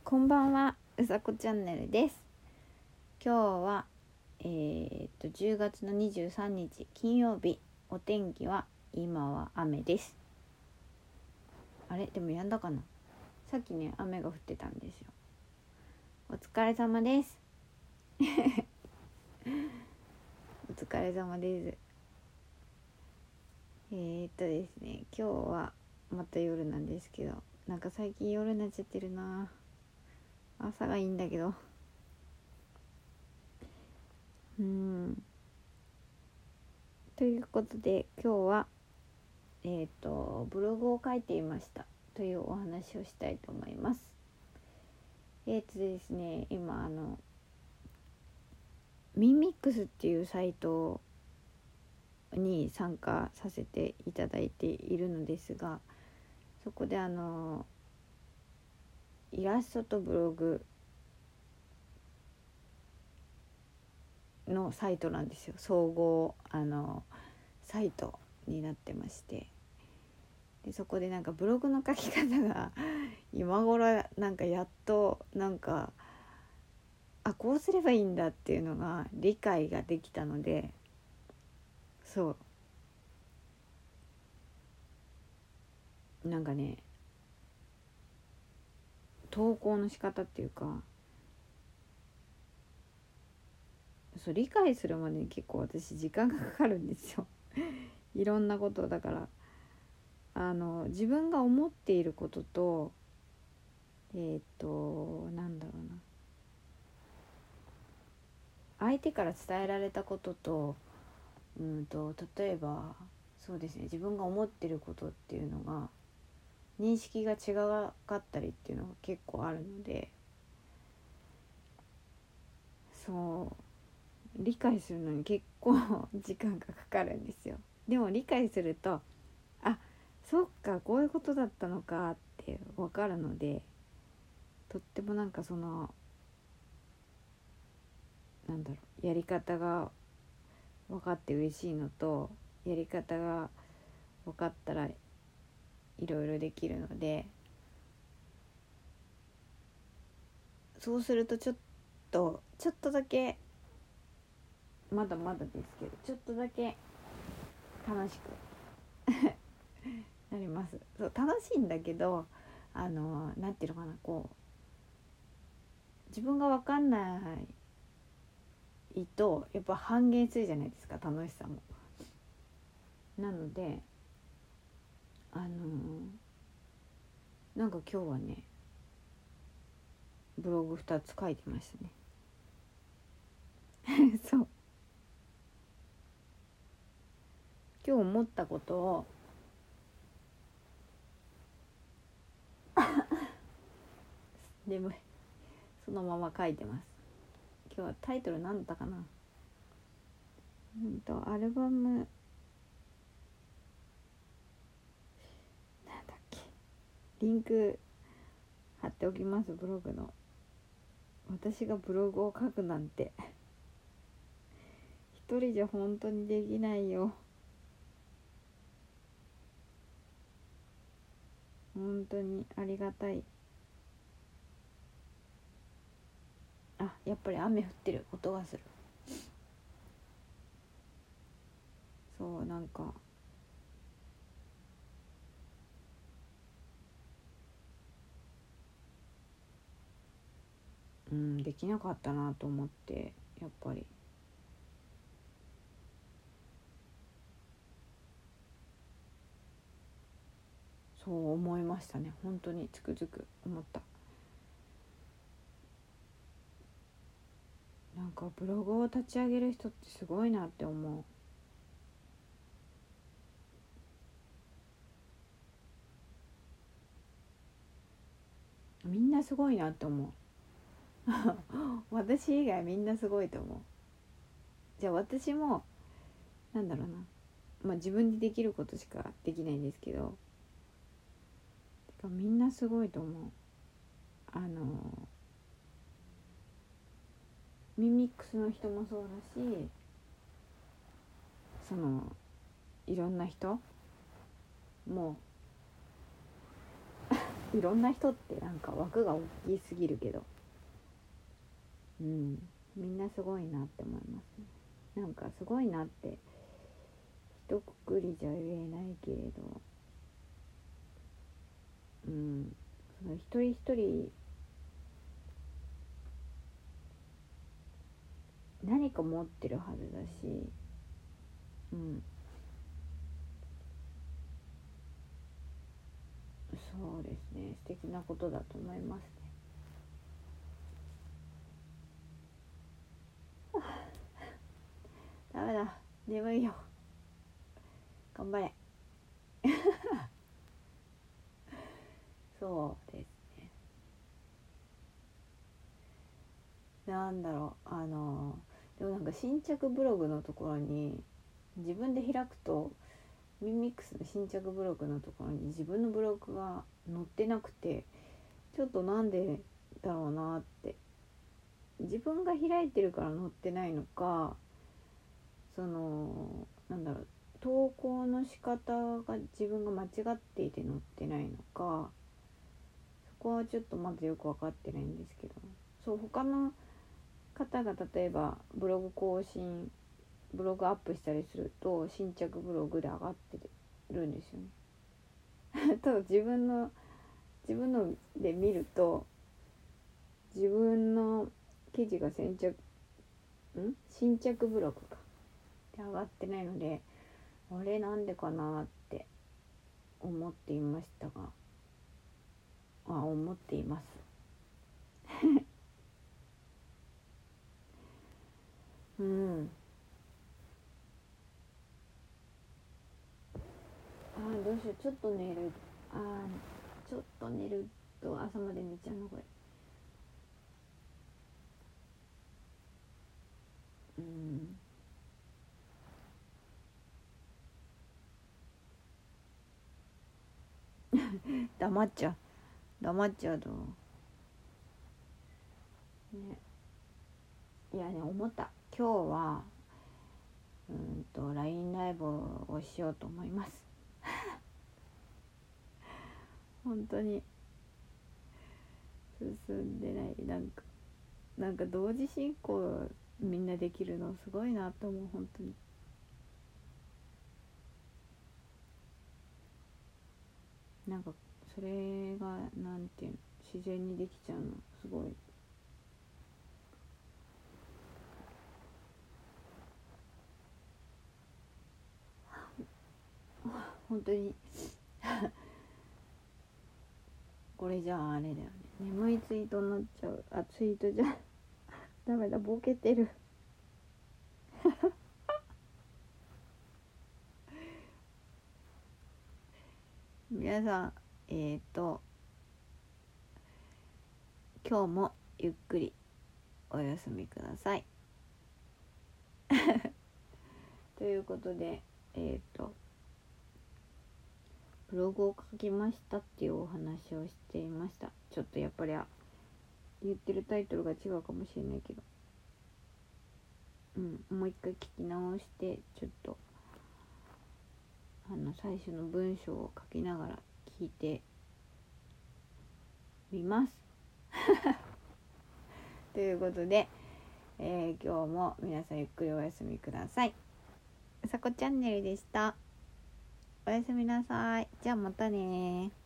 こんばんは、うさこチャンネルです。今日は10月の23日金曜日、お天気は今は雨です。あれでもやんだかな。さっきね雨が降ってたんですよ。お疲れ様です。お疲れ様です。ですね、今日はまた夜なんですけど、なんか最近夜になっちゃってるな。朝がいいんだけど。ということで今日はブログを書いていましたというお話をしたいと思います。ですね、今ミンミックスっていうサイトに参加させていただいているのですが、そこでイラストとブログのサイトなんですよ。総合サイトになってまして、でそこでなんかブログの書き方が今頃なんかやっとなんかこうすればいいんだっていうのが理解ができたので、なんかね、投稿の仕方っていうか、理解するまでに結構私時間がかかるんですよ。いろんなことだから、自分が思っていることとなんだろうな、相手から伝えられたことと、例えばそうですね、自分が思ってることっていうのが認識が違かったりっていうのが結構あるので、理解するのに結構時間がかかるんですよ。でも理解すると、そっか、こういうことだったのかって分かるので、とってもなんかやり方が分かって嬉しいのと、やり方が分かったらいろいろできるので、そうするとちょっとだけ、まだまだですけどちょっとだけ楽しくなります。楽しいんだけど、なんていうのかな、自分が分かんないとやっぱ半減するじゃないですか、楽しさも。なのでなんか今日はねブログ2つ書いてましたね。そう、今日思ったことをでもそのまま書いてます。今日はタイトル何だったかな。アルバムなんだっけ、リンク貼っておきます、ブログの。私がブログを書くなんて一人じゃ本当にできないよ。本当にありがたい。やっぱり雨降ってる音がする。なんかできなかったなと思って、やっぱりそう思いましたね。本当につくづく思った。なんかブログを立ち上げる人ってすごいなって思う。みんなすごいなって思う。私以外みんなすごいと思う。じゃあ私もなんだろうな、自分にできることしかできないんですけど、みんなすごいと思う。ミミックスの人もそうだし、いろんな人もいろんな人ってなんか枠が大きすぎるけど、みんなすごいなって思いますね。なんかすごいなって一括りじゃ言えないけれど、その一人一人何か持ってるはずだし、そうですね、素敵なことだと思いますね。ダメだ、眠いよ、頑張れ。そうですね、なんだろう、でもなんか新着ブログのところに自分で開くと、ミンミックスの新着ブログのところに自分のブログが載ってなくて、ちょっとなんでだろうなって、自分が開いてるから載ってないのか、なんだろう、投稿の仕方が自分が間違っていて載ってないのか、そこはちょっとまずよく分かってないんですけど、そう他の方が例えばブログアップしたりすると新着ブログで上がってるんですよね。ただ自分ので見ると、自分の記事が新着ブログかで上がってないので、あれなんでかなって思っていましたが、思っています。どうしよう、ちょっと寝ると朝まで寝ちゃうのこれ。黙っちゃうとね。いやね、思った、今日はLINE ライブをしようと思います。本当に進んでない。なんか同時進行みんなできるのすごいなと思う、本当に。なんかそれがなんていうの、自然にできちゃうのすごい。本当にこれじゃああれだよね、眠いツイートになっちゃう。ツイートじゃダメだ、ボケてる。皆さん、今日もゆっくりお休みください。ということで、ブログを書きましたっていうお話をしていました。ちょっとやっぱり言ってるタイトルが違うかもしれないけど、もう一回聞き直して、ちょっと最初の文章を書きながら聞いてみますということで、今日も皆さんゆっくりお休みください。うさこチャンネルでした。おやすみなさい。じゃあまたね。